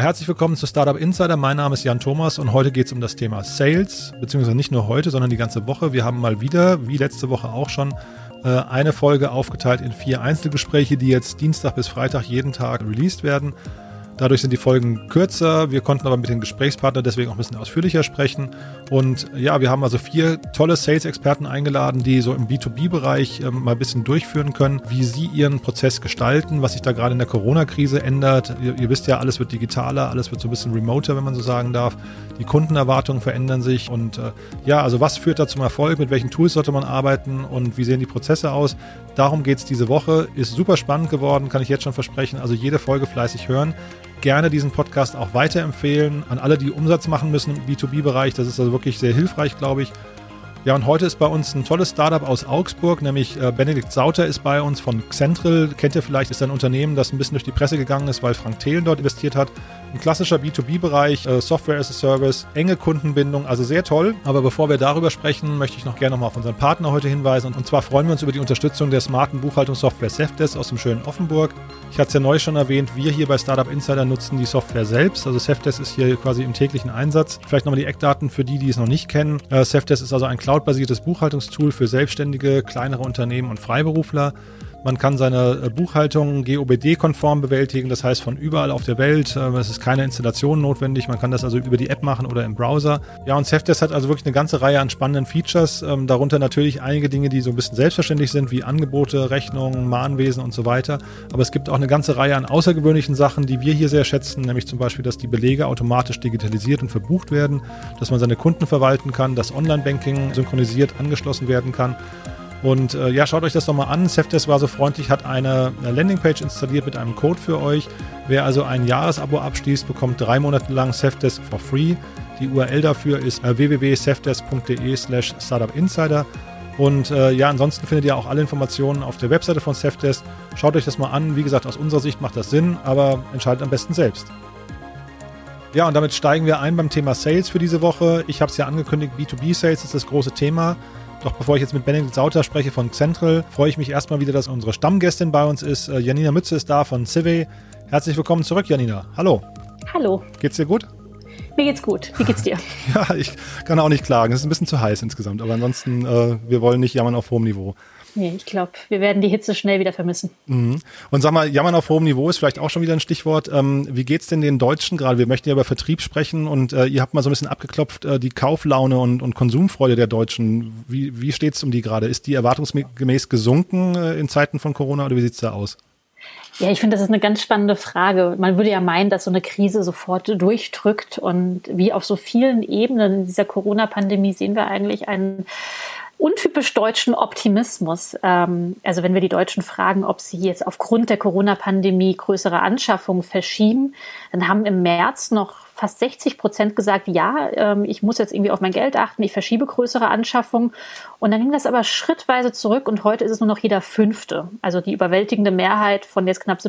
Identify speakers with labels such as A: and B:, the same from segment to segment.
A: herzlich willkommen zu Startup Insider. Mein Name ist Jan Thomas und heute geht es um das Thema Sales, beziehungsweise nicht nur heute, sondern die ganze Woche. Wir haben mal wieder, wie letzte Woche auch schon, eine Folge aufgeteilt in 4 Einzelgespräche, die jetzt Dienstag bis Freitag jeden Tag released werden. Dadurch sind die Folgen kürzer. Wir konnten aber mit den Gesprächspartnern deswegen auch ein bisschen ausführlicher sprechen. Und ja, wir haben also 4 tolle Sales-Experten eingeladen, die so im B2B-Bereich mal ein bisschen durchführen können, wie sie ihren Prozess gestalten, was sich da gerade in der Corona-Krise ändert. Ihr wisst ja, alles wird digitaler, alles wird so ein bisschen remoter, wenn man so sagen darf. Die Kundenerwartungen verändern sich. Und ja, also was führt da zum Erfolg? Mit welchen Tools sollte man arbeiten? Und wie sehen die Prozesse aus? Darum geht es diese Woche. Ist super spannend geworden, kann ich jetzt schon versprechen. Also jede Folge fleißig hören. Gerne diesen Podcast auch weiterempfehlen an alle, die Umsatz machen müssen im B2B-Bereich. Das ist also wirklich sehr hilfreich, glaube ich. Ja, und heute ist bei uns ein tolles Startup aus Augsburg, nämlich Benedikt Sauter ist bei uns von Xentral. Kennt ihr vielleicht, ist ein Unternehmen, das ein bisschen durch die Presse gegangen ist, weil Frank Thelen dort investiert hat. Ein klassischer B2B-Bereich, Software as a Service, enge Kundenbindung, also sehr toll. Aber bevor wir darüber sprechen, möchte ich noch gerne nochmal auf unseren Partner heute hinweisen. Und zwar freuen wir uns über die Unterstützung der smarten Buchhaltungssoftware Safdesk aus dem schönen Offenburg. Ich hatte es ja neu schon erwähnt, wir hier bei Startup Insider nutzen die Software selbst. Also Safdesk ist hier quasi im täglichen Einsatz. Vielleicht nochmal die Eckdaten für die, die es noch nicht kennen. Safdesk ist also ein cloudbasiertes Buchhaltungstool für Selbstständige, kleinere Unternehmen und Freiberufler. Man kann seine Buchhaltung GOBD-konform bewältigen, das heißt von überall auf der Welt. Es ist keine Installation notwendig, man kann das also über die App machen oder im Browser. Ja, und Safdesk hat also wirklich eine ganze Reihe an spannenden Features, darunter natürlich einige Dinge, die so ein bisschen selbstverständlich sind, wie Angebote, Rechnungen, Mahnwesen und so weiter. Aber es gibt auch eine ganze Reihe an außergewöhnlichen Sachen, die wir hier sehr schätzen, nämlich zum Beispiel, dass die Belege automatisch digitalisiert und verbucht werden, dass man seine Kunden verwalten kann, dass Online-Banking synchronisiert angeschlossen werden kann. Und ja, schaut euch das doch mal an. Safdesk war so freundlich, hat eine Landingpage installiert mit einem Code für euch. Wer also ein Jahresabo abschließt, bekommt 3 Monate lang Safdesk for free. Die URL dafür ist www.safdesk.de/startupinsider. Und ja, ansonsten findet ihr auch alle Informationen auf der Webseite von Safdesk. Schaut euch das mal an. Wie gesagt, aus unserer Sicht macht das Sinn, aber entscheidet am besten selbst. Ja, und damit steigen wir ein beim Thema Sales für diese Woche. Ich habe es ja angekündigt, B2B-Sales ist das große Thema. Doch bevor ich jetzt mit Benedikt Sauter spreche von Xentral, freue ich mich erstmal wieder, dass unsere Stammgästin bei uns ist. Janina Mütze ist da von Civey. Herzlich willkommen zurück, Janina. Hallo.
B: Hallo.
A: Geht's dir gut?
B: Mir geht's gut. Wie geht's dir?
A: Ja, ich kann auch nicht klagen. Es ist ein bisschen zu heiß insgesamt. Aber ansonsten, wir wollen nicht jammern auf hohem Niveau.
B: Nee, ich glaube, wir werden die Hitze schnell wieder vermissen.
A: Mhm. Und sag mal, jammern auf hohem Niveau ist vielleicht auch schon wieder ein Stichwort. Wie geht's denn den Deutschen gerade? Wir möchten ja über Vertrieb sprechen und ihr habt mal so ein bisschen abgeklopft, die Kauflaune und Konsumfreude der Deutschen. Wie steht's um die gerade? Ist die erwartungsgemäß gesunken in Zeiten von Corona oder wie sieht's da aus?
B: Ja, ich finde, das ist eine ganz spannende Frage. Man würde ja meinen, dass so eine Krise sofort durchdrückt und wie auf so vielen Ebenen in dieser Corona-Pandemie sehen wir eigentlich einen untypisch deutschen Optimismus. Also wenn wir die Deutschen fragen, ob sie jetzt aufgrund der Corona-Pandemie größere Anschaffungen verschieben, dann haben im März noch fast 60% gesagt, ja, ich muss jetzt irgendwie auf mein Geld achten, ich verschiebe größere Anschaffungen. Und dann ging das aber schrittweise zurück und heute ist es nur noch jeder Fünfte. Also die überwältigende Mehrheit von jetzt knapp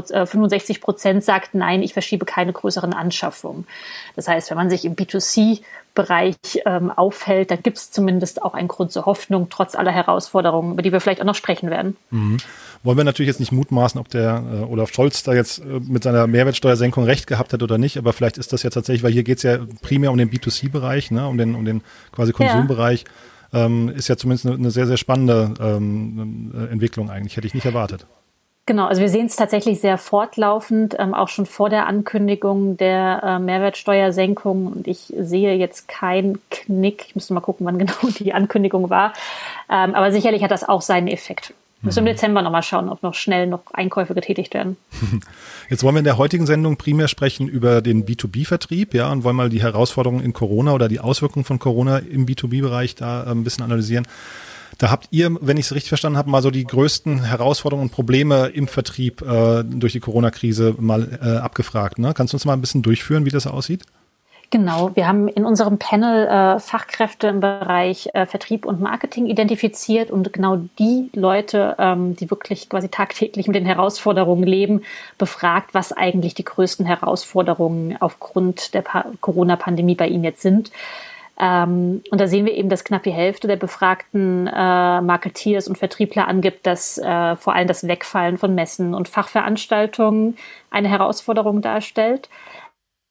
B: 65% sagt, nein, ich verschiebe keine größeren Anschaffungen. Das heißt, wenn man sich im B2C-Bereich aufhält, dann gibt es zumindest auch einen Grund zur Hoffnung, trotz aller Herausforderungen, über die wir vielleicht auch noch sprechen werden.
A: Mhm. Wollen wir natürlich jetzt nicht mutmaßen, ob der Olaf Scholz da jetzt mit seiner Mehrwertsteuersenkung recht gehabt hat oder nicht, aber vielleicht ist das ja tatsächlich, weil hier geht es ja primär um den B2C-Bereich, ne, um den quasi Konsumbereich, ist ja zumindest eine sehr, sehr spannende Entwicklung eigentlich, hätte ich nicht erwartet.
B: Genau, also wir sehen es tatsächlich sehr fortlaufend, auch schon vor der Ankündigung der Mehrwertsteuersenkung. Und ich sehe jetzt keinen Knick. Ich müsste mal gucken, wann genau die Ankündigung war. Aber sicherlich hat das auch seinen Effekt. Müssen im Dezember nochmal schauen, ob noch schnell noch Einkäufe getätigt werden.
A: Jetzt wollen wir in der heutigen Sendung primär sprechen über den B2B-Vertrieb, ja, und wollen mal die Herausforderungen in Corona oder die Auswirkungen von Corona im B2B-Bereich da ein bisschen analysieren. Da habt ihr, wenn ich es richtig verstanden habe, mal so die größten Herausforderungen und Probleme im Vertrieb durch die Corona-Krise mal abgefragt. Ne? Kannst du uns mal ein bisschen durchführen, wie das aussieht?
B: Genau, wir haben in unserem Panel Fachkräfte im Bereich Vertrieb und Marketing identifiziert und genau die Leute, die wirklich quasi tagtäglich mit den Herausforderungen leben, befragt, was eigentlich die größten Herausforderungen aufgrund der Corona-Pandemie bei ihnen jetzt sind. Und da sehen wir eben, dass knapp die Hälfte der befragten Marketeers und Vertriebler angibt, dass vor allem das Wegfallen von Messen und Fachveranstaltungen eine Herausforderung darstellt.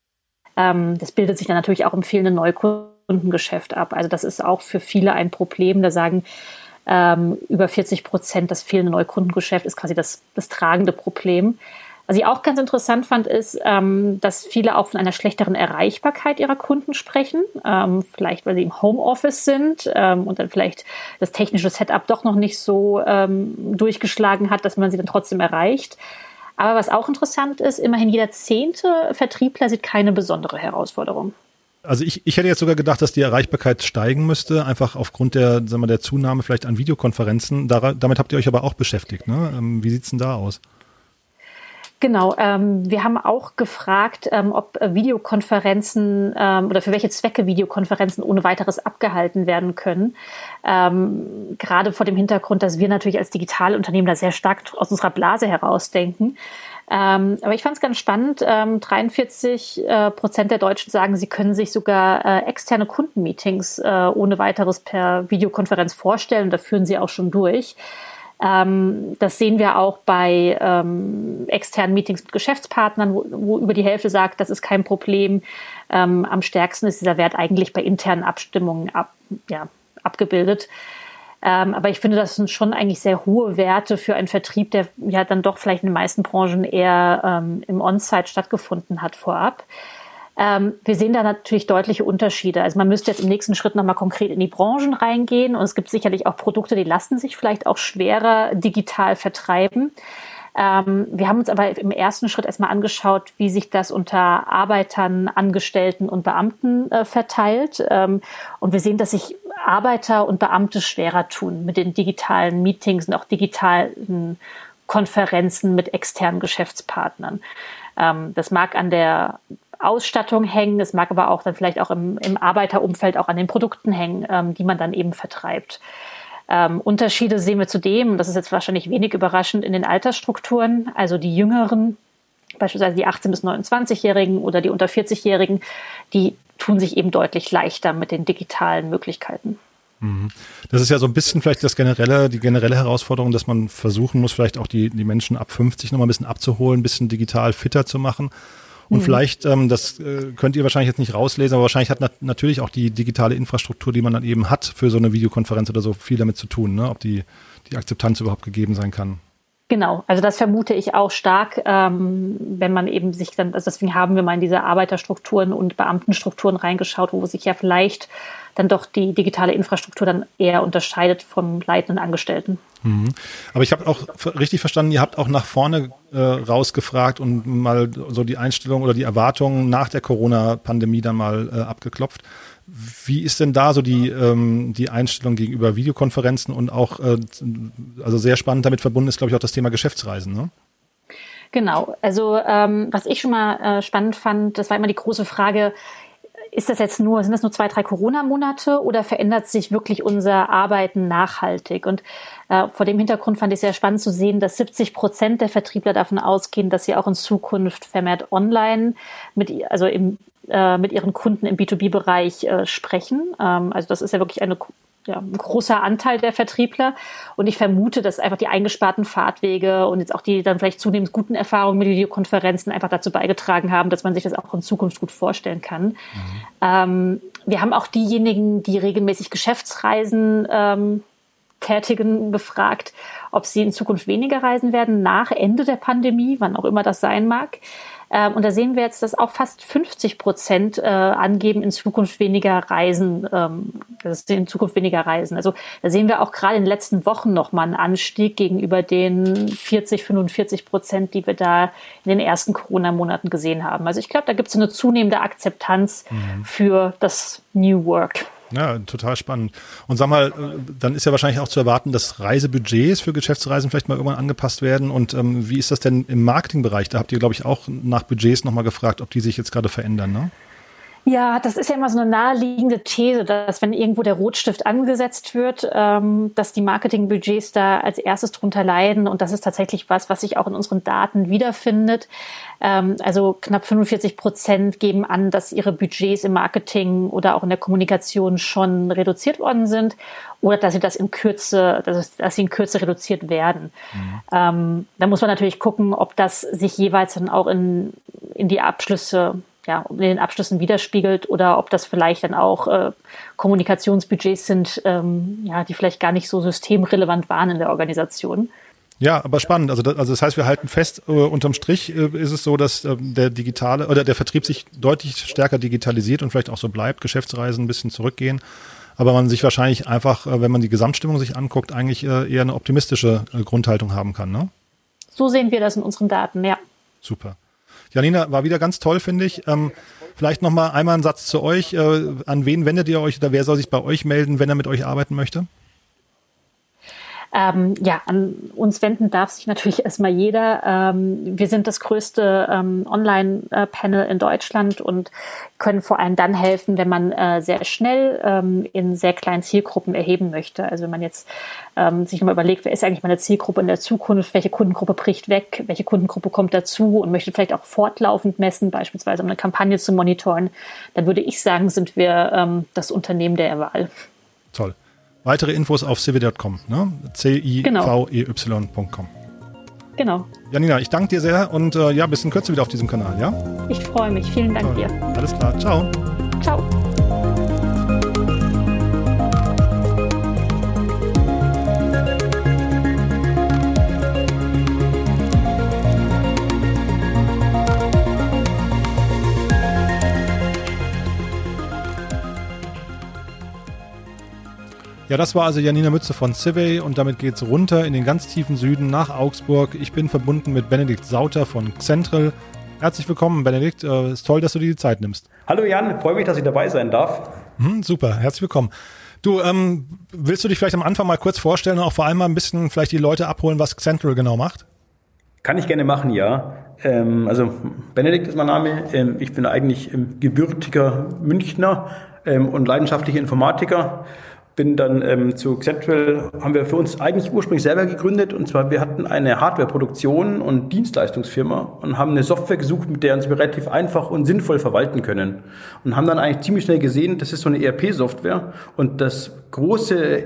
B: Das bildet sich dann natürlich auch im fehlenden Neukundengeschäft ab. Also das ist auch für viele ein Problem. Da sagen über 40%, das fehlende Neukundengeschäft ist quasi das tragende Problem. Was ich auch ganz interessant fand, ist, dass viele auch von einer schlechteren Erreichbarkeit ihrer Kunden sprechen. Vielleicht, weil sie im Homeoffice sind und dann vielleicht das technische Setup doch noch nicht so durchgeschlagen hat, dass man sie dann trotzdem erreicht. Aber was auch interessant ist, immerhin jeder 10. Vertriebler sieht keine besondere Herausforderung.
A: Also ich hätte jetzt sogar gedacht, dass die Erreichbarkeit steigen müsste, einfach aufgrund der Zunahme vielleicht an Videokonferenzen. Damit habt ihr euch aber auch beschäftigt, ne? Wie sieht es denn da aus?
B: Genau, wir haben auch gefragt, ob Videokonferenzen oder für welche Zwecke Videokonferenzen ohne weiteres abgehalten werden können. Gerade vor dem Hintergrund, dass wir natürlich als Digitalunternehmen da sehr stark aus unserer Blase herausdenken. Aber ich fand es ganz spannend. 43% der Deutschen sagen, sie können sich sogar externe Kundenmeetings ohne weiteres per Videokonferenz vorstellen. Da führen sie auch schon durch. Das sehen wir auch bei externen Meetings mit Geschäftspartnern, wo über die Hälfte sagt, das ist kein Problem. Am stärksten ist dieser Wert eigentlich bei internen Abstimmungen abgebildet. Aber ich finde, das sind schon eigentlich sehr hohe Werte für einen Vertrieb, der ja dann doch vielleicht in den meisten Branchen eher im On-Site stattgefunden hat vorab. Wir sehen da natürlich deutliche Unterschiede. Also man müsste jetzt im nächsten Schritt nochmal konkret in die Branchen reingehen und es gibt sicherlich auch Produkte, die lassen sich vielleicht auch schwerer digital vertreiben. Wir haben uns aber im ersten Schritt erstmal angeschaut, wie sich das unter Arbeitern, Angestellten und Beamten verteilt. Und wir sehen, dass sich Arbeiter und Beamte schwerer tun mit den digitalen Meetings und auch digitalen Konferenzen mit externen Geschäftspartnern. Das mag an der Ausstattung hängen, es mag aber auch dann vielleicht auch im Arbeiterumfeld auch an den Produkten hängen, die man dann eben vertreibt. Unterschiede sehen wir zudem, und das ist jetzt wahrscheinlich wenig überraschend, in den Altersstrukturen, also die Jüngeren, beispielsweise die 18- bis 29-Jährigen oder die unter 40-Jährigen, die tun sich eben deutlich leichter mit den digitalen Möglichkeiten.
A: Das ist ja so ein bisschen vielleicht die generelle Herausforderung, dass man versuchen muss, vielleicht auch die Menschen ab 50 nochmal ein bisschen abzuholen, ein bisschen digital fitter zu machen. Und vielleicht, das könnt ihr wahrscheinlich jetzt nicht rauslesen, aber wahrscheinlich hat natürlich auch die digitale Infrastruktur, die man dann eben hat für so eine Videokonferenz oder so, viel damit zu tun, ne? Ob die Akzeptanz überhaupt gegeben sein kann.
B: Genau, also das vermute ich auch stark, wenn man eben sich dann, also deswegen haben wir mal in diese Arbeiterstrukturen und Beamtenstrukturen reingeschaut, wo sich ja vielleicht dann doch die digitale Infrastruktur dann eher unterscheidet vom leitenden Angestellten.
A: Aber ich habe auch richtig verstanden, ihr habt auch nach vorne rausgefragt und mal so die Einstellung oder die Erwartungen nach der Corona-Pandemie dann mal abgeklopft. Wie ist denn da so die Einstellung gegenüber Videokonferenzen und auch, also sehr spannend damit verbunden ist, glaube ich, auch das Thema Geschäftsreisen, ne?
B: Genau, also was ich schon mal spannend fand, das war immer die große Frage, sind das nur 2-3 Corona-Monate oder verändert sich wirklich unser Arbeiten nachhaltig? Und vor dem Hintergrund fand ich sehr spannend zu sehen, dass 70% der Vertriebler davon ausgehen, dass sie auch in Zukunft vermehrt online mit ihren Kunden im B2B-Bereich sprechen. Also das ist ja wirklich ein großer Anteil der Vertriebler. Und ich vermute, dass einfach die eingesparten Fahrtwege und jetzt auch die dann vielleicht zunehmend guten Erfahrungen mit Videokonferenzen einfach dazu beigetragen haben, dass man sich das auch in Zukunft gut vorstellen kann. Wir haben auch diejenigen, die regelmäßig Geschäftsreisen tätigen, befragt, ob sie in Zukunft weniger reisen werden nach Ende der Pandemie, wann auch immer das sein mag. Und da sehen wir jetzt, dass auch fast 50% angeben, in Zukunft weniger reisen. Also da sehen wir auch gerade in den letzten Wochen nochmal einen Anstieg gegenüber den 40-45%, die wir da in den ersten Corona-Monaten gesehen haben. Also ich glaube, da gibt es eine zunehmende Akzeptanz für das New Work.
A: Ja, total spannend. Und sag mal, dann ist ja wahrscheinlich auch zu erwarten, dass Reisebudgets für Geschäftsreisen vielleicht mal irgendwann angepasst werden. Und wie ist das denn im Marketingbereich? Da habt ihr, glaube ich, auch nach Budgets nochmal gefragt, ob die sich jetzt gerade verändern, ne?
B: Ja, das ist ja immer so eine naheliegende These, dass wenn irgendwo der Rotstift angesetzt wird, dass die Marketingbudgets da als erstes drunter leiden. Und das ist tatsächlich was sich auch in unseren Daten wiederfindet. Also knapp 45% geben an, dass ihre Budgets im Marketing oder auch in der Kommunikation schon reduziert worden sind oder dass sie in Kürze reduziert werden. Da muss man natürlich gucken, ob das sich jeweils dann auch in die Abschlüsse in den Abschlüssen widerspiegelt oder ob das vielleicht dann auch Kommunikationsbudgets sind, die vielleicht gar nicht so systemrelevant waren in der Organisation.
A: Ja, aber spannend. Also das heißt, wir halten fest, unterm Strich ist es so, dass der Vertrieb sich deutlich stärker digitalisiert und vielleicht auch so bleibt, Geschäftsreisen ein bisschen zurückgehen. Aber man sich wahrscheinlich einfach, wenn man die Gesamtstimmung sich anguckt, eigentlich eher eine optimistische Grundhaltung haben kann, ne?
B: So sehen wir das in unseren Daten, ja.
A: Super. Janina, war wieder ganz toll, finde ich. Vielleicht noch mal einmal einen Satz zu euch. An wen wendet ihr euch oder wer soll sich bei euch melden, wenn er mit euch arbeiten möchte?
B: An uns wenden darf sich natürlich erstmal jeder. Wir sind das größte Online-Panel in Deutschland und können vor allem dann helfen, wenn man sehr schnell in sehr kleinen Zielgruppen erheben möchte. Also wenn man jetzt sich mal überlegt, wer ist eigentlich meine Zielgruppe in der Zukunft, welche Kundengruppe bricht weg, welche Kundengruppe kommt dazu und möchte vielleicht auch fortlaufend messen, beispielsweise um eine Kampagne zu monitoren, dann würde ich sagen, sind wir das Unternehmen der Wahl.
A: Toll. Weitere Infos auf civey.com, ne? civey.com.
B: Genau.
A: Janina, ich danke dir sehr und bis in Kürze wieder auf diesem Kanal, ja?
B: Ich freue mich. Vielen Dank dir.
A: Alles klar. Ciao.
B: Ciao.
A: Ja, das war also Janina Mütze von Civey und damit geht's runter in den ganz tiefen Süden nach Augsburg. Ich bin verbunden mit Benedikt Sauter von Xentral. Herzlich willkommen, Benedikt. Ist toll, dass du dir die Zeit nimmst.
C: Hallo Jan, freue mich, dass ich dabei sein darf.
A: Super, herzlich willkommen. Du, willst du dich vielleicht am Anfang mal kurz vorstellen und auch vor allem mal ein bisschen vielleicht die Leute abholen, was Xentral genau macht?
C: Kann ich gerne machen, ja. Also Benedikt ist mein Name. Ich bin eigentlich gebürtiger Münchner und leidenschaftlicher Informatiker. Bin dann zu Xentral, haben wir für uns eigentlich ursprünglich selber gegründet, und zwar wir hatten eine Hardwareproduktion und Dienstleistungsfirma und haben eine Software gesucht, mit der uns wir relativ einfach und sinnvoll verwalten können, und haben dann eigentlich ziemlich schnell gesehen, das ist so eine ERP-Software, und das große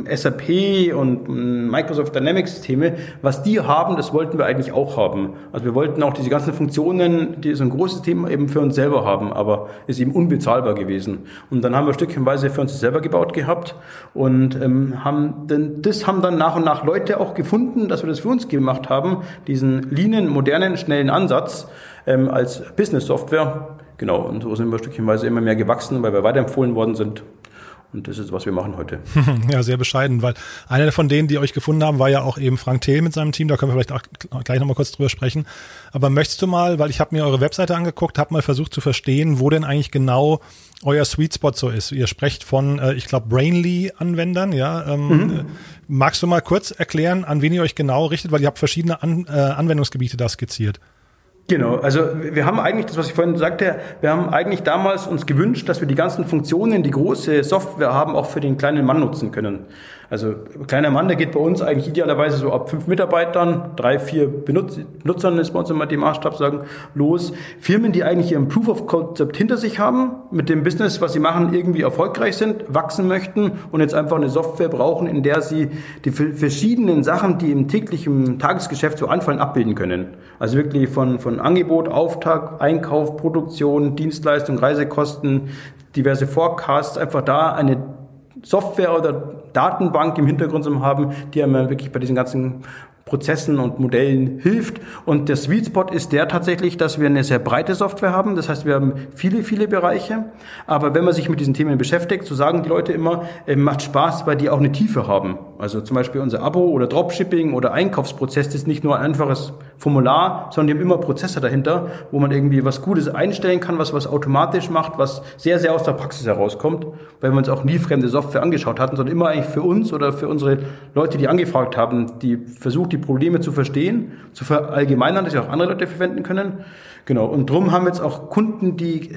C: SAP und Microsoft Dynamics Systeme, was die haben, das wollten wir eigentlich auch haben. Also wir wollten auch diese ganzen Funktionen, die so ein großes Thema eben für uns selber haben, aber ist eben unbezahlbar gewesen. Und dann haben wir stückchenweise für uns selber gebaut gehabt und haben dann nach und nach Leute auch gefunden, dass wir das für uns gemacht haben, diesen leanen, modernen, schnellen Ansatz als Business-Software. Genau, und so sind wir stückchenweise immer mehr gewachsen, weil wir weiterempfohlen worden sind. Und das ist, was wir machen heute.
A: Ja, sehr bescheiden, weil einer von denen, die euch gefunden haben, war ja auch eben Frank Thiel mit seinem Team. Da können wir vielleicht auch gleich nochmal kurz drüber sprechen. Aber möchtest du mal, weil ich habe mir eure Webseite angeguckt, habe mal versucht zu verstehen, wo denn eigentlich genau euer Sweet Spot so ist. Ihr sprecht von, ich glaube, Brainly-Anwendern. Ja, magst du mal kurz erklären, an wen ihr euch genau richtet? Weil ihr habt verschiedene Anwendungsgebiete da skizziert.
C: Genau, also wir haben eigentlich, das was ich vorhin sagte, wir haben eigentlich damals uns gewünscht, dass wir die ganzen Funktionen, die große Software haben, auch für den kleinen Mann nutzen können. Also kleiner Mann, der geht bei uns eigentlich idealerweise so ab 5 Mitarbeitern, 3, 4 Benutzern ist bei uns immer die Maßstab, sagen, los. Firmen, die eigentlich ihren Proof of Concept hinter sich haben, mit dem Business, was sie machen, irgendwie erfolgreich sind, wachsen möchten und jetzt einfach eine Software brauchen, in der sie die verschiedenen Sachen, die im täglichen Tagesgeschäft so anfallen, abbilden können. Also wirklich von Angebot, Auftrag, Einkauf, Produktion, Dienstleistung, Reisekosten, diverse Forecasts, einfach da eine Software oder Datenbank im Hintergrund zu haben, die einem wirklich bei diesen ganzen Prozessen und Modellen hilft. Und der Sweet Spot ist der tatsächlich, dass wir eine sehr breite Software haben. Das heißt, wir haben viele, viele Bereiche. Aber wenn man sich mit diesen Themen beschäftigt, so sagen die Leute immer, macht Spaß, weil die auch eine Tiefe haben. Also zum Beispiel unser Abo oder Dropshipping oder Einkaufsprozess, das ist nicht nur ein einfaches Formular, sondern die haben immer Prozesse dahinter, wo man irgendwie was Gutes einstellen kann, was automatisch macht, was sehr, sehr aus der Praxis herauskommt, weil wir uns auch nie fremde Software angeschaut hatten, sondern immer eigentlich für uns oder für unsere Leute, die angefragt haben, die versucht, die Probleme zu verstehen, zu verallgemeinern, dass sie auch andere Leute verwenden können. Genau. Und drum haben wir jetzt auch Kunden, die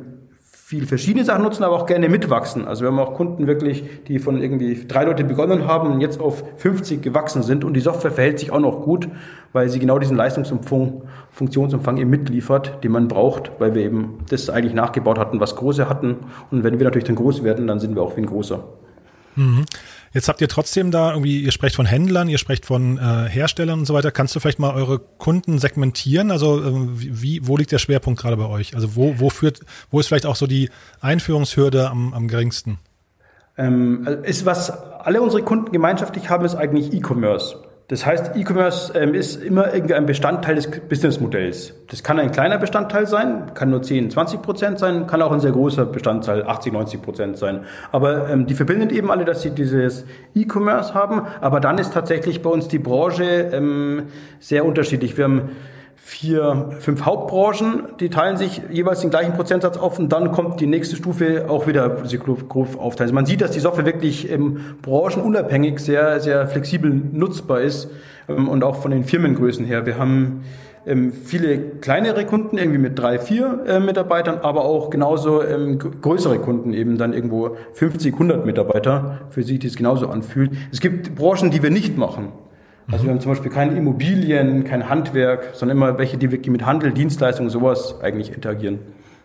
C: viel verschiedene Sachen nutzen, aber auch gerne mitwachsen. Also wir haben auch Kunden wirklich, die von irgendwie 3 Leute begonnen haben und jetzt auf 50 gewachsen sind, und die Software verhält sich auch noch gut, weil sie genau diesen Leistungsumfang, Funktionsumfang eben mitliefert, den man braucht, weil wir eben das eigentlich nachgebaut hatten, was Große hatten. Und wenn wir natürlich dann groß werden, dann sind wir auch wie ein Großer.
A: Jetzt habt ihr trotzdem da irgendwie, ihr sprecht von Händlern, ihr sprecht von Herstellern und so weiter. Kannst du vielleicht mal eure Kunden segmentieren? Also wo liegt der Schwerpunkt gerade bei euch? Also wo ist vielleicht auch so die Einführungshürde am geringsten?
C: Was alle unsere Kunden gemeinschaftlich haben, ist eigentlich E-Commerce. Das heißt, E-Commerce ist immer irgendwie ein Bestandteil des Businessmodells. Das kann ein kleiner Bestandteil sein, kann nur 10-20% sein, kann auch ein sehr großer Bestandteil, 80-90% sein. Aber die verbindet eben alle, dass sie dieses E-Commerce haben. Aber dann ist tatsächlich bei uns die Branche sehr unterschiedlich. Wir haben 4-5 Hauptbranchen, die teilen sich jeweils den gleichen Prozentsatz auf und dann kommt die nächste Stufe auch wieder grob aufteilen. Also man sieht, dass die Software wirklich branchenunabhängig sehr, sehr flexibel nutzbar ist und auch von den Firmengrößen her. Wir haben viele kleinere Kunden, irgendwie mit 3-4 Mitarbeitern, aber auch genauso größere Kunden, eben dann irgendwo 50-100 Mitarbeiter, für sich die es genauso anfühlt. Es gibt Branchen, die wir nicht machen. Also wir haben zum Beispiel keine Immobilien, kein Handwerk, sondern immer welche, die wirklich mit Handel, Dienstleistungen, sowas eigentlich interagieren.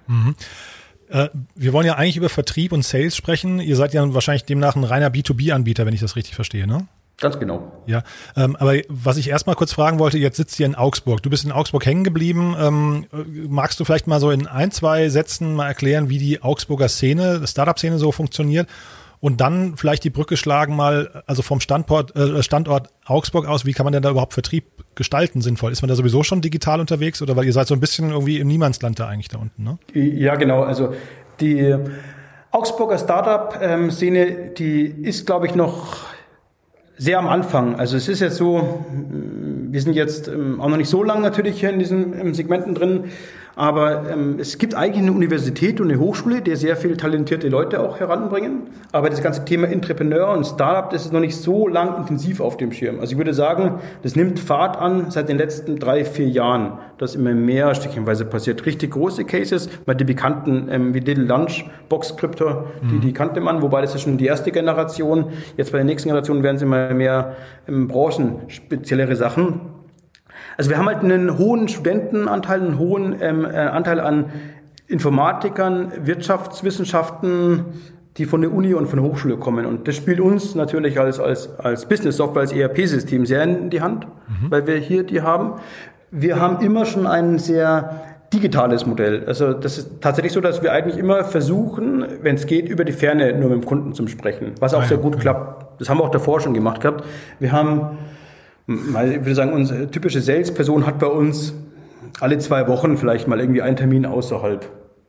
A: Wir wollen ja eigentlich über Vertrieb und Sales sprechen. Ihr seid ja wahrscheinlich demnach ein reiner B2B-Anbieter, wenn ich das richtig verstehe, ne?
C: Ganz genau.
A: Ja, aber was ich erstmal kurz fragen wollte, jetzt sitzt ihr in Augsburg. Du bist in Augsburg hängen geblieben. Magst du vielleicht mal so in 1-2 Sätzen mal erklären, wie die Augsburger Szene, Startup-Szene so funktioniert? Und dann vielleicht die Brücke schlagen mal, also vom Standort Augsburg aus, wie kann man denn da überhaupt Vertrieb gestalten sinnvoll? Ist man da sowieso schon digital unterwegs oder weil ihr seid so ein bisschen irgendwie im Niemandsland da eigentlich da unten, ne?
C: Ja, genau. Also die Augsburger Startup-Szene, die ist, glaube ich, noch sehr am Anfang. Also es ist jetzt so, wir sind jetzt auch noch nicht so lange natürlich hier in diesen Segmenten drin, aber es gibt eigentlich eine Universität und eine Hochschule, die sehr viel talentierte Leute auch heranbringen. Aber das ganze Thema Entrepreneur und Startup, das ist noch nicht so lang intensiv auf dem Schirm. Also ich würde sagen, das nimmt Fahrt an seit den letzten 3-4 Jahren, dass immer mehr stückchenweise passiert. Richtig große Cases, weil die bekannten wie Little Lunch, Boxcryptor, die kannte man, wobei das ist schon die erste Generation. Jetzt bei der nächsten Generation werden es immer mehr branchenspeziellere Sachen. Also wir haben halt einen hohen Studentenanteil, einen hohen Anteil an Informatikern, Wirtschaftswissenschaften, die von der Uni und von der Hochschule kommen. Und das spielt uns natürlich als Business-Software, als ERP-System sehr in die Hand, weil wir hier die haben. Wir haben immer schon ein sehr digitales Modell. Also das ist tatsächlich so, dass wir eigentlich immer versuchen, wenn es geht, über die Ferne nur mit dem Kunden zu sprechen, was auch sehr gut klappt. Das haben wir auch davor schon gemacht gehabt. Wir haben, ich würde sagen, unsere typische Sales-Person hat bei uns alle 2 Wochen vielleicht mal irgendwie einen Termin außerhalb.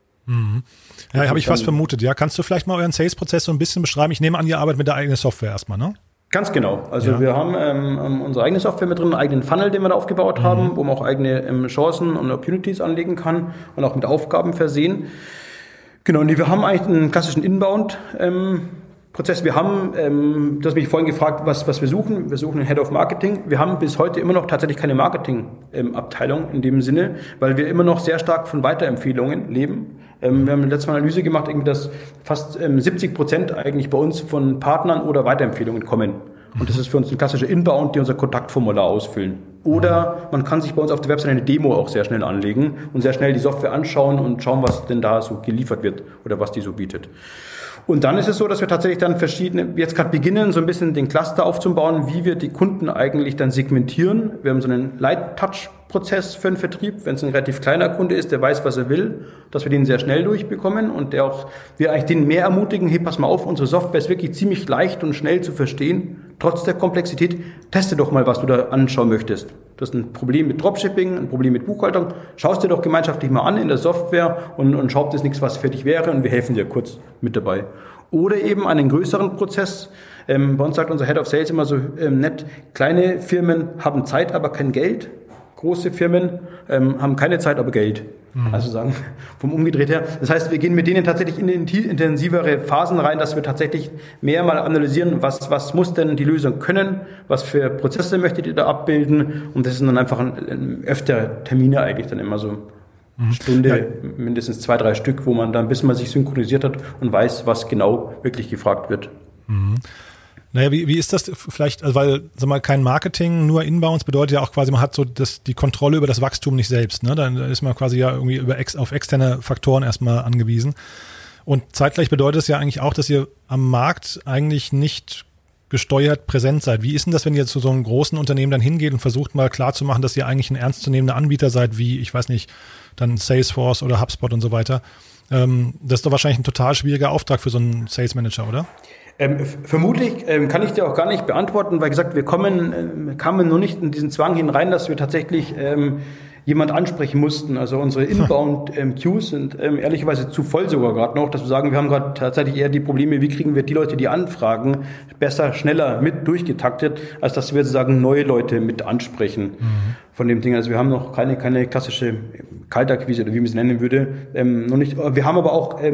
A: Ja, habe ich fast vermutet. Ja, kannst du vielleicht mal euren Sales-Prozess so ein bisschen beschreiben? Ich nehme an, ihr arbeitet mit der eigenen Software erstmal, ne?
C: Ganz genau. Also wir haben unsere eigene Software mit drin, einen eigenen Funnel, den wir da aufgebaut haben, wo man auch eigene Chancen und Opportunities anlegen kann und auch mit Aufgaben versehen. Genau, und wir haben eigentlich einen klassischen Inbound-Prozess. Wir haben, du hast mich vorhin gefragt, was wir suchen. Wir suchen einen Head of Marketing. Wir haben bis heute immer noch tatsächlich keine Marketing-Abteilung in dem Sinne, weil wir immer noch sehr stark von Weiterempfehlungen leben. Wir haben eine letzte Analyse gemacht, dass fast 70% eigentlich bei uns von Partnern oder Weiterempfehlungen kommen. Und das ist für uns ein klassischer Inbound, die unser Kontaktformular ausfüllen. Oder man kann sich bei uns auf der Website eine Demo auch sehr schnell anlegen und sehr schnell die Software anschauen und schauen, was denn da so geliefert wird oder was die so bietet. Und dann ist es so, dass wir tatsächlich dann jetzt gerade beginnen, so ein bisschen den Cluster aufzubauen, wie wir die Kunden eigentlich dann segmentieren. Wir haben so einen Light-Touch-Prozess für den Vertrieb. Wenn es ein relativ kleiner Kunde ist, der weiß, was er will, dass wir den sehr schnell durchbekommen und wir eigentlich den mehr ermutigen, hey, pass mal auf, unsere Software ist wirklich ziemlich leicht und schnell zu verstehen, trotz der Komplexität. Teste doch mal, was du da anschauen möchtest. Du hast ein Problem mit Dropshipping, ein Problem mit Buchhaltung. Schau es dir doch gemeinschaftlich mal an in der Software und schau, ob das nichts, was für dich wäre und wir helfen dir kurz mit dabei. Oder eben einen größeren Prozess. Bei uns sagt unser Head of Sales immer so nett, kleine Firmen haben Zeit, aber kein Geld. Große Firmen haben keine Zeit, aber Geld. Also sagen, vom umgedreht her. Das heißt, wir gehen mit denen tatsächlich in intensivere Phasen rein, dass wir tatsächlich mehr mal analysieren, was muss denn die Lösung können, was für Prozesse möchtet ihr da abbilden. Und das sind dann einfach öfter Termine eigentlich dann immer so. Stunde, mindestens 2-3 Stück, wo man dann, bis man sich synchronisiert hat und weiß, was genau wirklich gefragt wird.
A: Naja, wie ist das vielleicht, also weil, sag mal, kein Marketing, nur Inbounds bedeutet ja auch quasi, man hat so die Kontrolle über das Wachstum nicht selbst, ne? Dann ist man quasi ja irgendwie auf externe Faktoren erstmal angewiesen. Und zeitgleich bedeutet es ja eigentlich auch, dass ihr am Markt eigentlich nicht gesteuert präsent seid. Wie ist denn das, wenn ihr zu so einem großen Unternehmen dann hingeht und versucht mal klarzumachen, dass ihr eigentlich ein ernstzunehmender Anbieter seid, wie, ich weiß nicht, dann Salesforce oder HubSpot und so weiter? Das ist doch wahrscheinlich ein total schwieriger Auftrag für so einen Sales Manager, oder?
C: Vermutlich kann ich dir auch gar nicht beantworten, weil gesagt, wir kamen nur nicht in diesen Zwang hinein, dass wir tatsächlich jemand ansprechen mussten. Also unsere Inbound-Queues sind ehrlicherweise zu voll sogar gerade noch, dass wir sagen, wir haben gerade tatsächlich eher die Probleme, wie kriegen wir die Leute, die anfragen, besser, schneller mit durchgetaktet, als dass wir sozusagen neue Leute mit ansprechen von dem Ding. Also wir haben noch keine klassische Kaltakquise oder wie man es nennen würde, noch nicht. Wir haben aber auch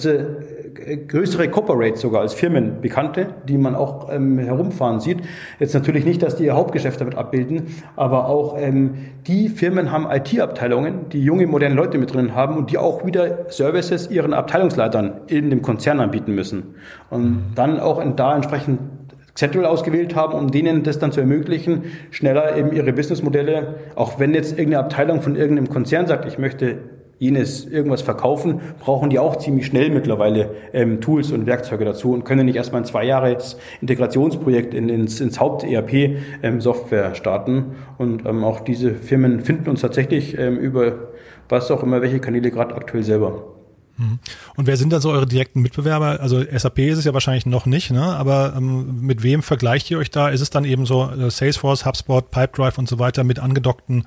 C: größere Corporates sogar als Firmen, Bekannte, die man auch herumfahren sieht. Jetzt natürlich nicht, dass die ihr Hauptgeschäft damit abbilden, aber auch die Firmen haben IT-Abteilungen, die junge, moderne Leute mit drin haben und die auch wieder Services ihren Abteilungsleitern in dem Konzern anbieten müssen. Und dann auch da entsprechend Zettel ausgewählt haben, um denen das dann zu ermöglichen, schneller eben ihre Businessmodelle, auch wenn jetzt irgendeine Abteilung von irgendeinem Konzern sagt, ich möchte irgendwas verkaufen, brauchen die auch ziemlich schnell mittlerweile Tools und Werkzeuge dazu und können nicht erstmal ein 2-Jahres-Integrationsprojekt ins Haupt-ERP-Software starten. Und auch diese Firmen finden uns tatsächlich über was auch immer, welche Kanäle gerade aktuell selber.
A: Und wer sind dann so eure direkten Mitbewerber? Also SAP ist es ja wahrscheinlich noch nicht, ne? Aber mit wem vergleicht ihr euch da? Ist es dann eben so Salesforce, HubSpot, Pipedrive und so weiter mit angedockten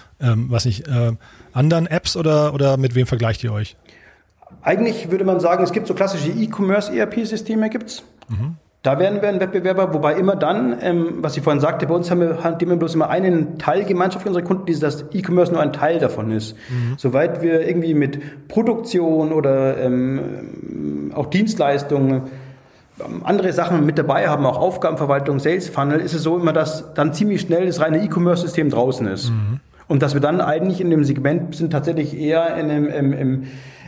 A: anderen Apps oder mit wem vergleicht ihr euch?
C: Eigentlich würde man sagen, es gibt so klassische E-Commerce-ERP-Systeme gibt's. Da wären wir ein Wettbewerber, wobei immer dann, was ich vorhin sagte, bei uns haben wir bloß immer einen Teilgemeinschaft für unsere Kunden, dass E-Commerce nur ein Teil davon ist. Soweit wir irgendwie mit Produktion oder auch Dienstleistungen andere Sachen mit dabei haben, auch Aufgabenverwaltung, Sales Funnel, ist es so immer, dass dann ziemlich schnell das reine E-Commerce-System draußen ist. Und dass wir dann eigentlich in dem Segment sind tatsächlich eher im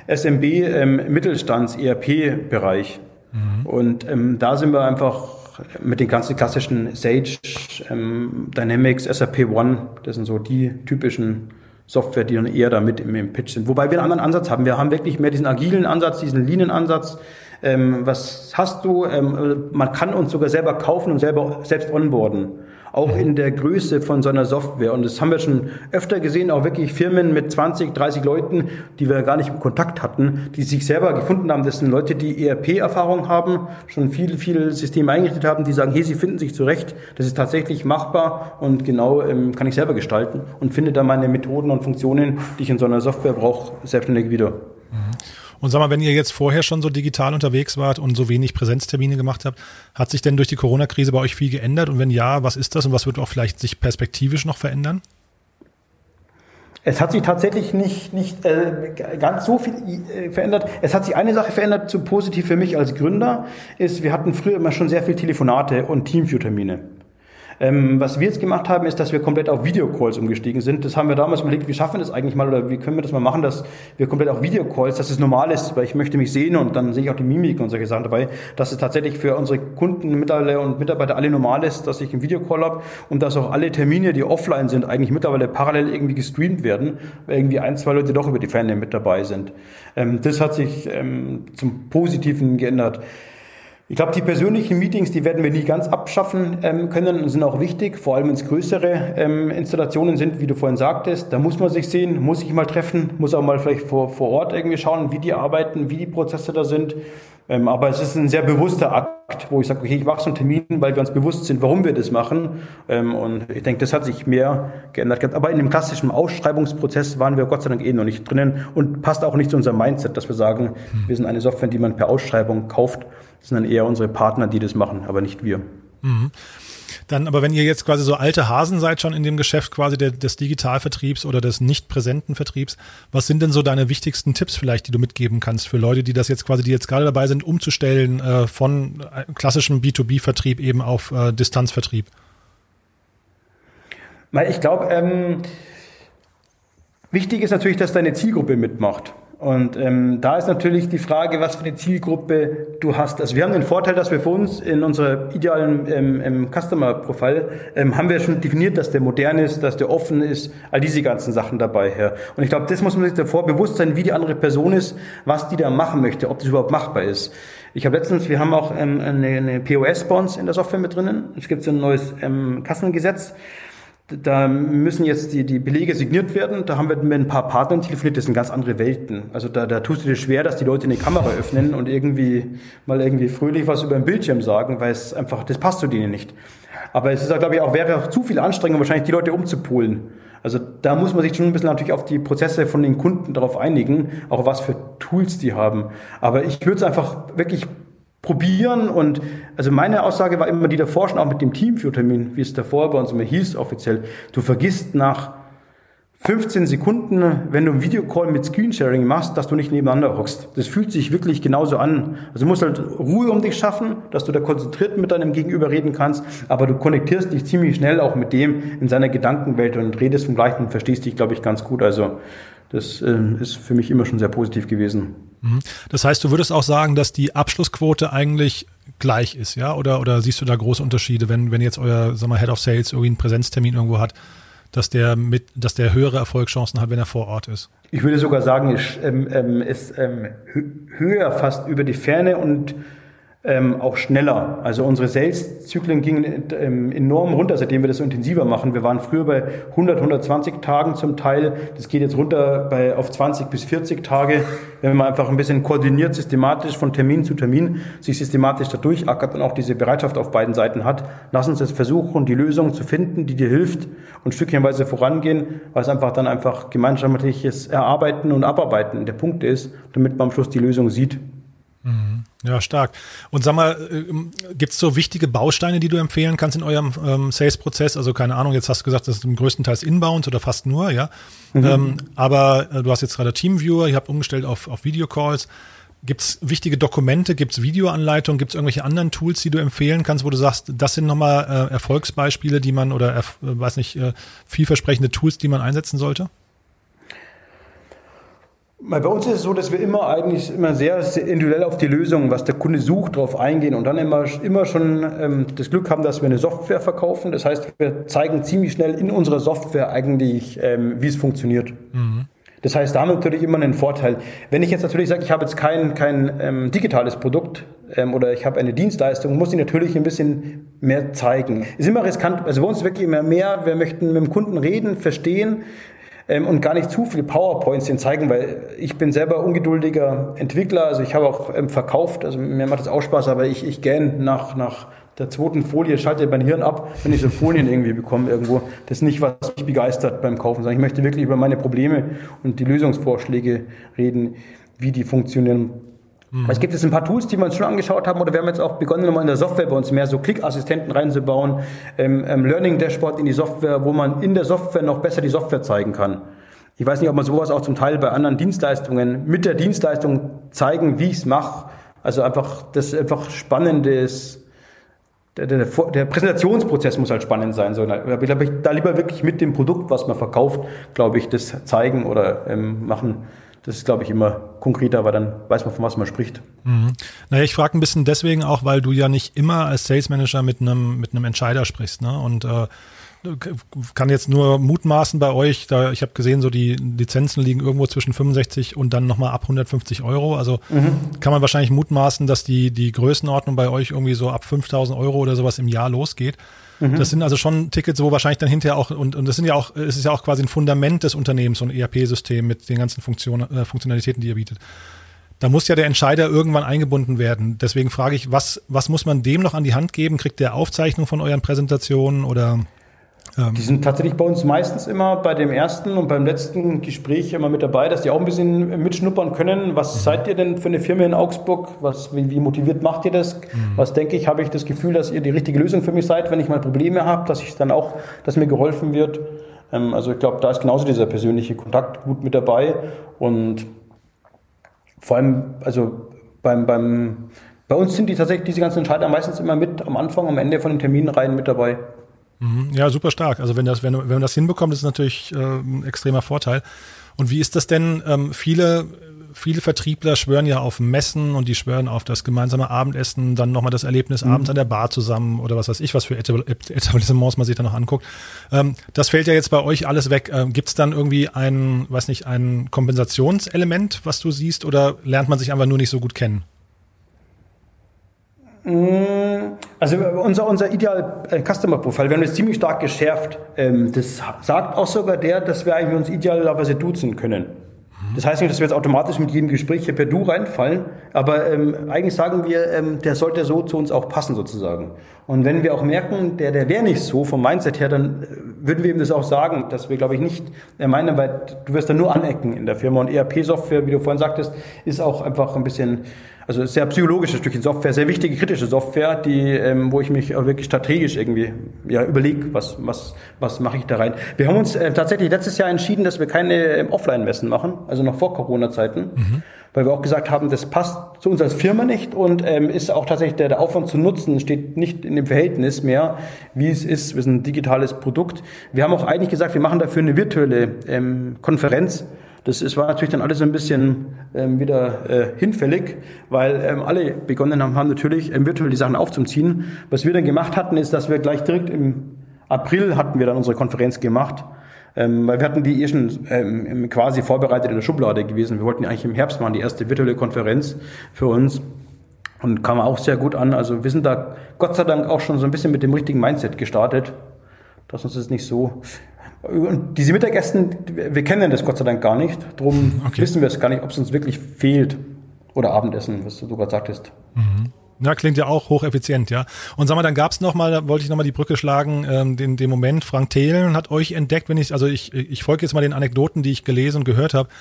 C: SMB-Mittelstands-ERP-Bereich. Und da sind wir einfach mit den ganzen klassischen Sage, Dynamics, SAP One, das sind so die typischen Software, die dann eher damit im Pitch sind. Wobei wir einen anderen Ansatz haben. Wir haben wirklich mehr diesen agilen Ansatz, diesen Lean-Ansatz. Was hast du? Man kann uns sogar selber kaufen und selbst onboarden. Auch in der Größe von so einer Software. Und das haben wir schon öfter gesehen, auch wirklich Firmen mit 20, 30 Leuten, die wir gar nicht im Kontakt hatten, die sich selber gefunden haben. Das sind Leute, die ERP-Erfahrung haben, schon viel Systeme eingerichtet haben, die sagen, hey, sie finden sich zurecht, das ist tatsächlich machbar und genau kann ich selber gestalten und finde da meine Methoden und Funktionen, die ich in so einer Software brauche, selbstständig wieder.
A: Und sag mal, wenn ihr jetzt vorher schon so digital unterwegs wart und so wenig Präsenztermine gemacht habt, hat sich denn durch die Corona-Krise bei euch viel geändert? Und wenn ja, was ist das und was wird auch vielleicht sich perspektivisch noch verändern?
C: Es hat sich tatsächlich nicht ganz so viel verändert. Es hat sich eine Sache verändert, so positiv für mich als Gründer, ist, wir hatten früher immer schon sehr viel Telefonate und Teamview-Termine. Was wir jetzt gemacht haben, ist, dass wir komplett auf Videocalls umgestiegen sind. Das haben wir damals überlegt, wie schaffen wir das eigentlich mal oder wie können wir das mal machen, dass wir komplett auf Videocalls, dass es normal ist, weil ich möchte mich sehen und dann sehe ich auch die Mimik und solche Sachen dabei, dass es tatsächlich für unsere Kunden, Mitarbeiter und Mitarbeiter alle normal ist, dass ich einen Videocall habe und dass auch alle Termine, die offline sind, eigentlich mittlerweile parallel irgendwie gestreamt werden, weil irgendwie 1, 2 Leute doch über die Ferne mit dabei sind. Das hat sich zum Positiven geändert. Ich glaube, die persönlichen Meetings, die werden wir nie ganz abschaffen können und sind auch wichtig, vor allem wenn es größere Installationen sind, wie du vorhin sagtest. Da muss man sich sehen, muss sich mal treffen, muss auch mal vielleicht vor Ort irgendwie schauen, wie die arbeiten, wie die Prozesse da sind. Aber es ist ein sehr bewusster Akt, wo ich sage, okay, ich mache so einen Termin, weil wir uns bewusst sind, warum wir das machen. Und ich denke, das hat sich mehr geändert. Aber in dem klassischen Ausschreibungsprozess waren wir Gott sei Dank noch nicht drinnen und passt auch nicht zu unserem Mindset, dass wir sagen, wir sind eine Software, die man per Ausschreibung kauft. Das sind dann eher unsere Partner, die das machen, aber nicht wir.
A: Dann, aber wenn ihr jetzt quasi so alte Hasen seid schon in dem Geschäft quasi des Digitalvertriebs oder des nicht präsenten Vertriebs, was sind denn so deine wichtigsten Tipps vielleicht, die du mitgeben kannst für Leute, die jetzt gerade dabei sind, umzustellen von klassischem B2B-Vertrieb eben auf Distanzvertrieb? Ich
C: glaube, wichtig ist natürlich, dass deine Zielgruppe mitmacht. Und da ist natürlich die Frage, was für eine Zielgruppe du hast. Also wir haben den Vorteil, dass wir für uns in unserer idealen Customer-Profile haben wir schon definiert, dass der modern ist, dass der offen ist, all diese ganzen Sachen dabei. Ja. Und ich glaube, das muss man sich davor bewusst sein, wie die andere Person ist, was die da machen möchte, ob das überhaupt machbar ist. Wir haben auch eine POS bei uns in der Software mit drinnen. Es gibt so ein neues Kassengesetz. Da müssen jetzt die Belege signiert werden. Da haben wir mit ein paar Partnern telefoniert. Das sind ganz andere Welten. Also da tust du dir schwer, dass die Leute eine Kamera öffnen und irgendwie fröhlich was über den Bildschirm sagen, weil es einfach, das passt zu denen nicht. Aber es ist, glaube ich, wäre auch zu viel Anstrengung, wahrscheinlich die Leute umzupolen. Also da muss man sich schon ein bisschen natürlich auf die Prozesse von den Kunden darauf einigen, auch was für Tools die haben. Aber ich würde es einfach wirklich probieren und also meine Aussage war immer die davor schon auch mit dem Teamview-Termin, wie es davor bei uns immer hieß offiziell, du vergisst nach 15 Sekunden, wenn du einen Videocall mit Screensharing machst, dass du nicht nebeneinander hockst. Das fühlt sich wirklich genauso an. Also du musst halt Ruhe um dich schaffen, dass du da konzentriert mit deinem Gegenüber reden kannst, aber du konnektierst dich ziemlich schnell auch mit dem in seiner Gedankenwelt und redest vom Gleichen und verstehst dich, glaube ich, ganz gut. Also das ist für mich immer schon sehr positiv gewesen.
A: Das heißt, du würdest auch sagen, dass die Abschlussquote eigentlich gleich ist, ja? Oder siehst du da große Unterschiede, wenn jetzt euer, sag mal, Head of Sales irgendwie einen Präsenztermin irgendwo hat, dass der höhere Erfolgschancen hat, wenn er vor Ort ist?
C: Ich würde sogar sagen, ist höher fast über die Ferne und auch schneller. Also unsere Sales-Zyklen gingen enorm runter, seitdem wir das so intensiver machen. Wir waren früher bei 120 Tagen zum Teil. Das geht jetzt runter auf 20 bis 40 Tage. Wenn man einfach ein bisschen koordiniert, systematisch von Termin zu Termin sich systematisch da durchackert und auch diese Bereitschaft auf beiden Seiten hat. Lass uns jetzt versuchen, die Lösung zu finden, die dir hilft und stückchenweise vorangehen, weil es einfach gemeinschaftliches Erarbeiten und Abarbeiten der Punkt ist, damit man am Schluss die Lösung sieht.
A: Ja, stark. Und sag mal, gibt es so wichtige Bausteine, die du empfehlen kannst in eurem Sales-Prozess? Also keine Ahnung, jetzt hast du gesagt, das ist größtenteils Inbound oder fast nur, ja. Aber du hast jetzt gerade Teamviewer, ihr habt umgestellt auf Videocalls. Gibt es wichtige Dokumente, gibt es Videoanleitungen, gibt es irgendwelche anderen Tools, die du empfehlen kannst, wo du sagst, das sind nochmal Erfolgsbeispiele, die man vielversprechende Tools, die man einsetzen sollte?
C: Bei uns ist es so, dass wir immer sehr, sehr individuell auf die Lösung, was der Kunde sucht, drauf eingehen und dann immer schon das Glück haben, dass wir eine Software verkaufen. Das heißt, wir zeigen ziemlich schnell in unserer Software eigentlich, wie es funktioniert. Das heißt, da haben wir natürlich immer einen Vorteil. Wenn ich jetzt natürlich sage, ich habe jetzt kein digitales Produkt oder ich habe eine Dienstleistung, muss ich natürlich ein bisschen mehr zeigen. Ist immer riskant, also bei uns wirklich immer mehr, wir möchten mit dem Kunden reden, verstehen, und gar nicht zu viele PowerPoints den zeigen, weil ich bin selber ungeduldiger Entwickler, also ich habe auch verkauft, also mir macht das auch Spaß, aber ich gähne nach der zweiten Folie, schalte mein Hirn ab, wenn ich so Folien irgendwie bekomme irgendwo. Das ist nicht, was mich begeistert beim Kaufen, sondern ich möchte wirklich über meine Probleme und die Lösungsvorschläge reden, wie die funktionieren. Es gibt jetzt ein paar Tools, die wir uns schon angeschaut haben, oder wir haben jetzt auch begonnen, nochmal in der Software bei uns mehr so Klickassistenten reinzubauen, Learning Dashboard in die Software, wo man in der Software noch besser die Software zeigen kann. Ich weiß nicht, ob man sowas auch zum Teil bei anderen Dienstleistungen mit der Dienstleistung zeigen, wie ich es mache. Also das einfach Spannendes. Der Präsentationsprozess muss halt spannend sein. So, da lieber wirklich mit dem Produkt, was man verkauft, glaube ich, das zeigen oder machen. Das ist, glaube ich, immer konkreter, weil dann weiß man, von was man spricht.
A: Naja, ich frage ein bisschen deswegen auch, weil du ja nicht immer als Sales Manager mit einem Entscheider sprichst, ne? Und kann jetzt nur mutmaßen bei euch, ich habe gesehen, so die Lizenzen liegen irgendwo zwischen 65 und dann nochmal ab 150 Euro. Also kann man wahrscheinlich mutmaßen, dass die Größenordnung bei euch irgendwie so ab 5.000 Euro oder sowas im Jahr losgeht. Das sind also schon Tickets, wo wahrscheinlich dann hinterher auch, und das sind ja auch, es ist ja auch quasi ein Fundament des Unternehmens, so ein ERP-System mit den ganzen Funktionalitäten, die ihr bietet. Da muss ja der Entscheider irgendwann eingebunden werden. Deswegen frage ich, was muss man dem noch an die Hand geben? Kriegt der Aufzeichnung von euren Präsentationen oder?
C: Die sind tatsächlich bei uns meistens immer bei dem ersten und beim letzten Gespräch immer mit dabei, dass die auch ein bisschen mitschnuppern können. Was seid ihr denn für eine Firma in Augsburg? Wie motiviert macht ihr das? Was denke ich, habe ich das Gefühl, dass ihr die richtige Lösung für mich seid, wenn ich mal Probleme habe, dass mir geholfen wird? Also ich glaube, da ist genauso dieser persönliche Kontakt gut mit dabei und vor allem, also bei uns sind die tatsächlich diese ganzen Entscheider meistens immer mit am Anfang, am Ende von den Terminreihen mit dabei.
A: Ja, super stark. Also wenn man das hinbekommt, ist es natürlich ein extremer Vorteil. Und wie ist das denn? Viele Vertriebler schwören ja auf Messen und die schwören auf das gemeinsame Abendessen, dann nochmal das Erlebnis abends an der Bar zusammen oder was weiß ich, was für Etablissements man sich da noch anguckt. Das fällt ja jetzt bei euch alles weg. Gibt es dann irgendwie ein Kompensationselement, was du siehst, oder lernt man sich einfach nur nicht so gut kennen?
C: Also unser Ideal Customer Profile, wir haben das ziemlich stark geschärft. Das sagt auch sogar dass wir eigentlich uns idealerweise duzen können. Das heißt nicht, dass wir jetzt automatisch mit jedem Gespräch per Du reinfallen, aber eigentlich sagen wir, der sollte so zu uns auch passen sozusagen. Und wenn wir auch merken, der wäre nicht so vom Mindset her, dann würden wir ihm das auch sagen, dass wir, glaube ich, nicht meinen, weil du wirst dann nur anecken in der Firma. Und ERP-Software, wie du vorhin sagtest, ist auch einfach ein bisschen, also sehr psychologisches Stückchen Software, sehr wichtige, kritische Software, die, wo ich mich auch wirklich strategisch irgendwie überlege, was mache ich da rein. Wir haben uns tatsächlich letztes Jahr entschieden, dass wir keine Offline-Messen machen, also noch vor Corona-Zeiten, weil wir auch gesagt haben, das passt zu uns als Firma nicht und ist auch tatsächlich der Aufwand zu nutzen, steht nicht in dem Verhältnis mehr, wie es ist. Wir sind ein digitales Produkt. Wir haben auch eigentlich gesagt, wir machen dafür eine virtuelle Konferenz. Das war natürlich dann alles ein bisschen wieder hinfällig, weil alle begonnen haben natürlich virtuell die Sachen aufzuziehen. Was wir dann gemacht hatten, ist, dass wir gleich direkt im April hatten wir dann unsere Konferenz gemacht, weil wir hatten die schon quasi vorbereitet in der Schublade gewesen. Wir wollten ja eigentlich im Herbst machen, die erste virtuelle Konferenz für uns und kam auch sehr gut an. Also wir sind da Gott sei Dank auch schon so ein bisschen mit dem richtigen Mindset gestartet, dass uns das nicht so... Und diese Mittagessen, wir kennen das Gott sei Dank gar nicht. Darum wissen wir es gar nicht, ob es uns wirklich fehlt. Oder Abendessen, was du gerade sagtest.
A: Na, klingt ja auch hocheffizient, ja. Und sag mal, dann gab's da wollte ich nochmal die Brücke schlagen, den Moment, Frank Thelen hat euch entdeckt, ich folge jetzt mal den Anekdoten, die ich gelesen und gehört habe.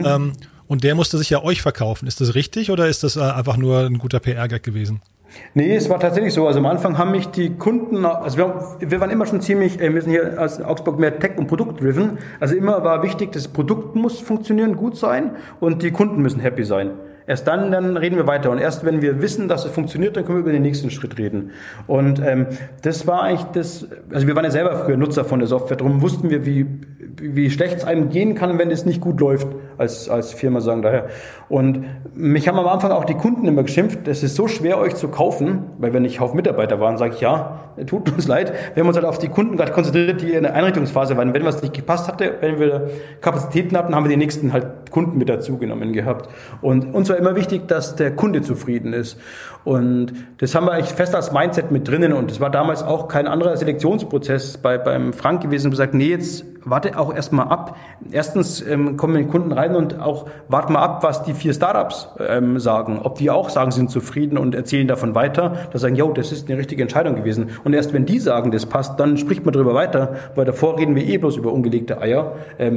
A: Und der musste sich ja euch verkaufen. Ist das richtig oder ist das einfach nur ein guter PR-Gag gewesen?
C: Nee, es war tatsächlich so. Also am Anfang haben mich die Kunden, also wir waren immer schon ziemlich, wir sind hier als Augsburg mehr Tech- und Produkt-driven. Also immer war wichtig, das Produkt muss funktionieren, gut sein und die Kunden müssen happy sein. Erst dann reden wir weiter. Und erst wenn wir wissen, dass es funktioniert, dann können wir über den nächsten Schritt reden. Und das war eigentlich also wir waren ja selber früher Nutzer von der Software, darum wussten wir, wie schlecht es einem gehen kann, wenn es nicht gut läuft, als Firma sagen daher. Und mich haben am Anfang auch die Kunden immer geschimpft, es ist so schwer, euch zu kaufen, weil wir nicht auf Mitarbeiter waren, sage ich, ja, tut uns leid. Wir haben uns halt auf die Kunden gerade konzentriert, die in der Einrichtungsphase waren. Wenn was nicht gepasst hatte, wenn wir Kapazitäten hatten, haben wir die nächsten halt Kunden mit dazu genommen gehabt. Und uns war immer wichtig, dass der Kunde zufrieden ist. Und das haben wir eigentlich fest als Mindset mit drinnen. Und es war damals auch kein anderer Selektionsprozess beim Frank gewesen, wo gesagt, nee, jetzt warte auch erstmal ab. Erstens kommen die Kunden rein und auch warte mal ab, was die 4 Startups sagen. Ob die auch sagen, sie sind zufrieden und erzählen davon weiter. Da sagen, jo, das ist eine richtige Entscheidung gewesen. Und erst wenn die sagen, das passt, dann spricht man darüber weiter, weil davor reden wir bloß über ungelegte Eier.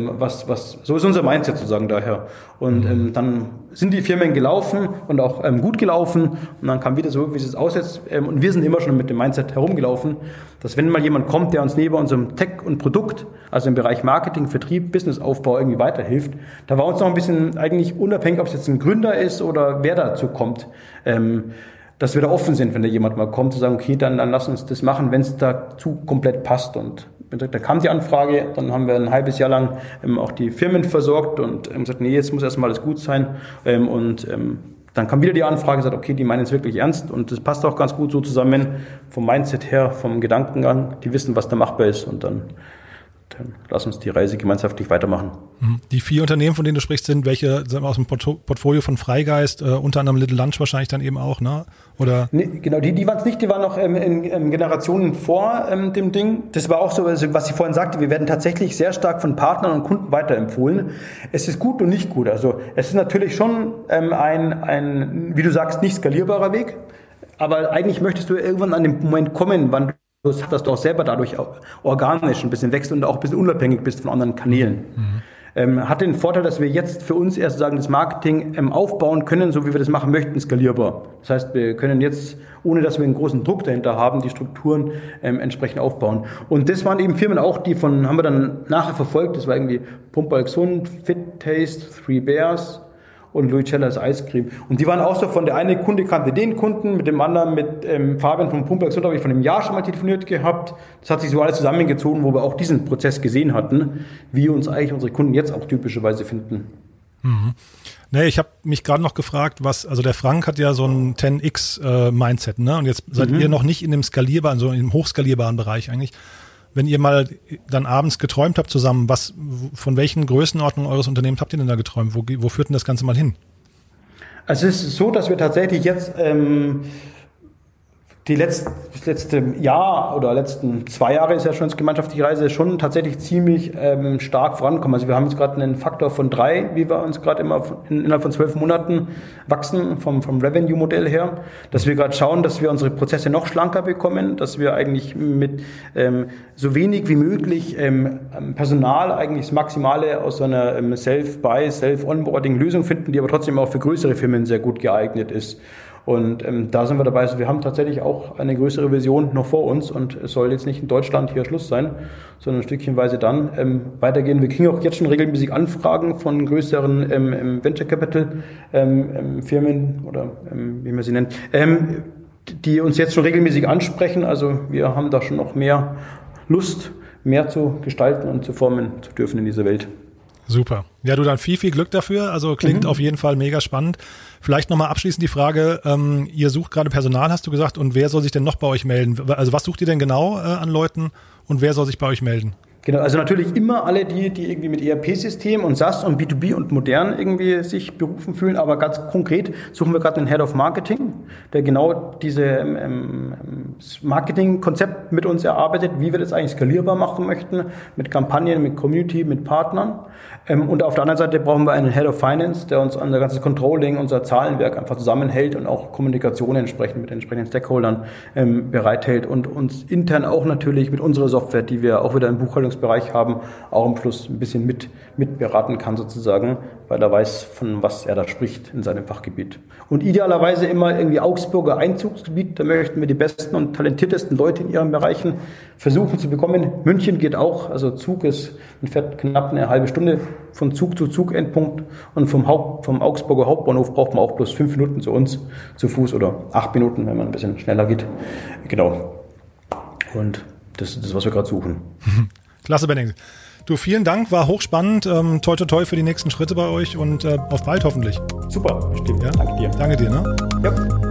C: So ist unser Mindset sozusagen daher. Und dann sind die Firmen gelaufen und auch gut gelaufen. Und dann kam wieder so, wie es aussieht. Und wir sind immer schon mit dem Mindset herumgelaufen, dass wenn mal jemand kommt, der uns neben unserem Tech und Produkt, also im Bereich Marketing, Vertrieb, Businessaufbau irgendwie weiterhilft, da war uns noch ein bisschen eigentlich unabhängig, ob es jetzt ein Gründer ist oder wer dazu kommt, dass wir da offen sind, wenn da jemand mal kommt, zu sagen, okay, dann lass uns das machen, wenn es dazu komplett passt. Und da kam die Anfrage, dann haben wir ein halbes Jahr lang auch die Firmen versorgt und gesagt, nee, jetzt muss erstmal alles gut sein. Dann kam wieder die Anfrage, gesagt, okay, die meinen es wirklich ernst und das passt auch ganz gut so zusammen vom Mindset her, vom Gedankengang. Die wissen, was da machbar ist und dann lass uns die Reise gemeinschaftlich weitermachen.
A: Die 4 Unternehmen, von denen du sprichst, sind welche aus dem Portfolio von Freigeist, unter anderem Little Lunch wahrscheinlich dann eben auch, ne? Oder? Nee,
C: genau, die waren es nicht, die waren noch in Generationen vor dem Ding. Das war auch so, also, was ich vorhin sagte, wir werden tatsächlich sehr stark von Partnern und Kunden weiterempfohlen. Es ist gut und nicht gut. Also es ist natürlich schon ein, wie du sagst, nicht skalierbarer Weg, aber eigentlich möchtest du irgendwann an den Moment kommen, wann dass du auch selber dadurch organisch ein bisschen wächst und auch ein bisschen unabhängig bist von anderen Kanälen. Hat den Vorteil, dass wir jetzt für uns erst sagen, das Marketing aufbauen können, so wie wir das machen möchten, skalierbar. Das heißt, wir können jetzt, ohne dass wir einen großen Druck dahinter haben, die Strukturen entsprechend aufbauen. Und das waren eben Firmen auch, haben wir dann nachher verfolgt, das war irgendwie Pumperl Gesund, Fit Taste, Three Bears und Luicellas Ice Cream. Und die waren auch so von der eine Kunde kannte den Kunden, mit dem anderen mit Fabian von Pumperl Gesund habe ich von einem Jahr schon mal telefoniert gehabt. Das hat sich so alles zusammengezogen, wo wir auch diesen Prozess gesehen hatten, wie uns eigentlich unsere Kunden jetzt auch typischerweise finden.
A: Mhm. Nee, ich habe mich gerade noch gefragt, also der Frank hat ja so ein 10x Mindset, ne? Und jetzt seid ihr noch nicht in dem skalierbaren, so im hochskalierbaren Bereich eigentlich. Wenn ihr mal dann abends geträumt habt zusammen, von welchen Größenordnungen eures Unternehmens habt ihr denn da geträumt? Wo führt denn das Ganze mal hin?
C: Also es ist so, dass wir tatsächlich jetzt das letzte Jahr oder letzten 2 Jahre ist ja schon als gemeinschaftliche Reise schon tatsächlich ziemlich stark vorankommen. Also wir haben jetzt gerade einen Faktor von 3, wie wir uns gerade immer innerhalb von 12 Monaten wachsen vom Revenue-Modell her, dass wir gerade schauen, dass wir unsere Prozesse noch schlanker bekommen, dass wir eigentlich mit so wenig wie möglich Personal eigentlich das Maximale aus so einer Self-Buy, Self-Onboarding-Lösung finden, die aber trotzdem auch für größere Firmen sehr gut geeignet ist. Und da sind wir dabei. Also wir haben tatsächlich auch eine größere Vision noch vor uns und es soll jetzt nicht in Deutschland hier Schluss sein, sondern ein Stückchenweise dann weitergehen. Wir kriegen auch jetzt schon regelmäßig Anfragen von größeren Venture Capital Firmen oder wie man sie nennt, die uns jetzt schon regelmäßig ansprechen. Also wir haben da schon noch mehr Lust, mehr zu gestalten und zu formen zu dürfen in dieser Welt.
A: Super. Ja, du dann viel Glück dafür. Also klingt auf jeden Fall mega spannend. Vielleicht nochmal abschließend die Frage, ihr sucht gerade Personal, hast du gesagt, und wer soll sich denn noch bei euch melden? Also was sucht ihr denn genau an Leuten und wer soll sich bei euch melden?
C: Genau, also natürlich immer alle, die irgendwie mit ERP-System und SaaS und B2B und modern irgendwie sich berufen fühlen, aber ganz konkret suchen wir gerade einen Head of Marketing, der genau diese Marketing-Konzept mit uns erarbeitet, wie wir das eigentlich skalierbar machen möchten, mit Kampagnen, mit Community, mit Partnern. Und auf der anderen Seite brauchen wir einen Head of Finance, der uns an das ganze Controlling, unser Zahlenwerk einfach zusammenhält und auch Kommunikation entsprechend mit den entsprechenden Stakeholdern bereithält und uns intern auch natürlich mit unserer Software, die wir auch wieder im Buchhaltungsbereich haben, auch am Schluss ein bisschen mit beraten kann sozusagen, weil er weiß, von was er da spricht in seinem Fachgebiet. Und idealerweise immer irgendwie Augsburger Einzugsgebiet, da möchten wir die besten und talentiertesten Leute in ihren Bereichen versuchen zu bekommen. München geht auch, also man fährt knapp eine halbe Stunde von Zug zu Zug-Endpunkt und vom Augsburger Hauptbahnhof braucht man auch bloß 5 Minuten zu uns zu Fuß oder 8 Minuten, wenn man ein bisschen schneller geht. Genau. Und das ist das, was wir gerade suchen.
A: Klasse, Benning. Du, vielen Dank, war hochspannend. Toi, toi, toi für die nächsten Schritte bei euch und auf bald hoffentlich.
C: Super, bestimmt. Ja? Danke dir.
A: Danke dir, ne?
C: Ja.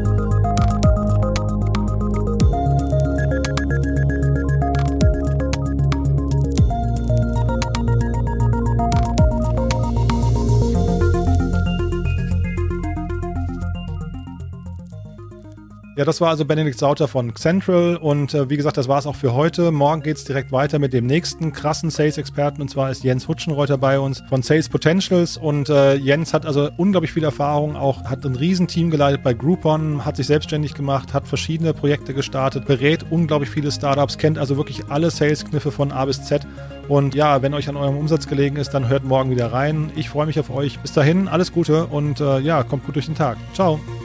A: Ja, das war also Benedikt Sauter von Xentral und wie gesagt, das war es auch für heute. Morgen geht es direkt weiter mit dem nächsten krassen Sales-Experten und zwar ist Jens Hutschenreuter bei uns von Sales Potentials und Jens hat also unglaublich viel Erfahrung, hat ein Riesenteam geleitet bei Groupon, hat sich selbstständig gemacht, hat verschiedene Projekte gestartet, berät unglaublich viele Startups, kennt also wirklich alle Sales-Kniffe von A bis Z und ja, wenn euch an eurem Umsatz gelegen ist, dann hört morgen wieder rein. Ich freue mich auf euch. Bis dahin, alles Gute und kommt gut durch den Tag. Ciao.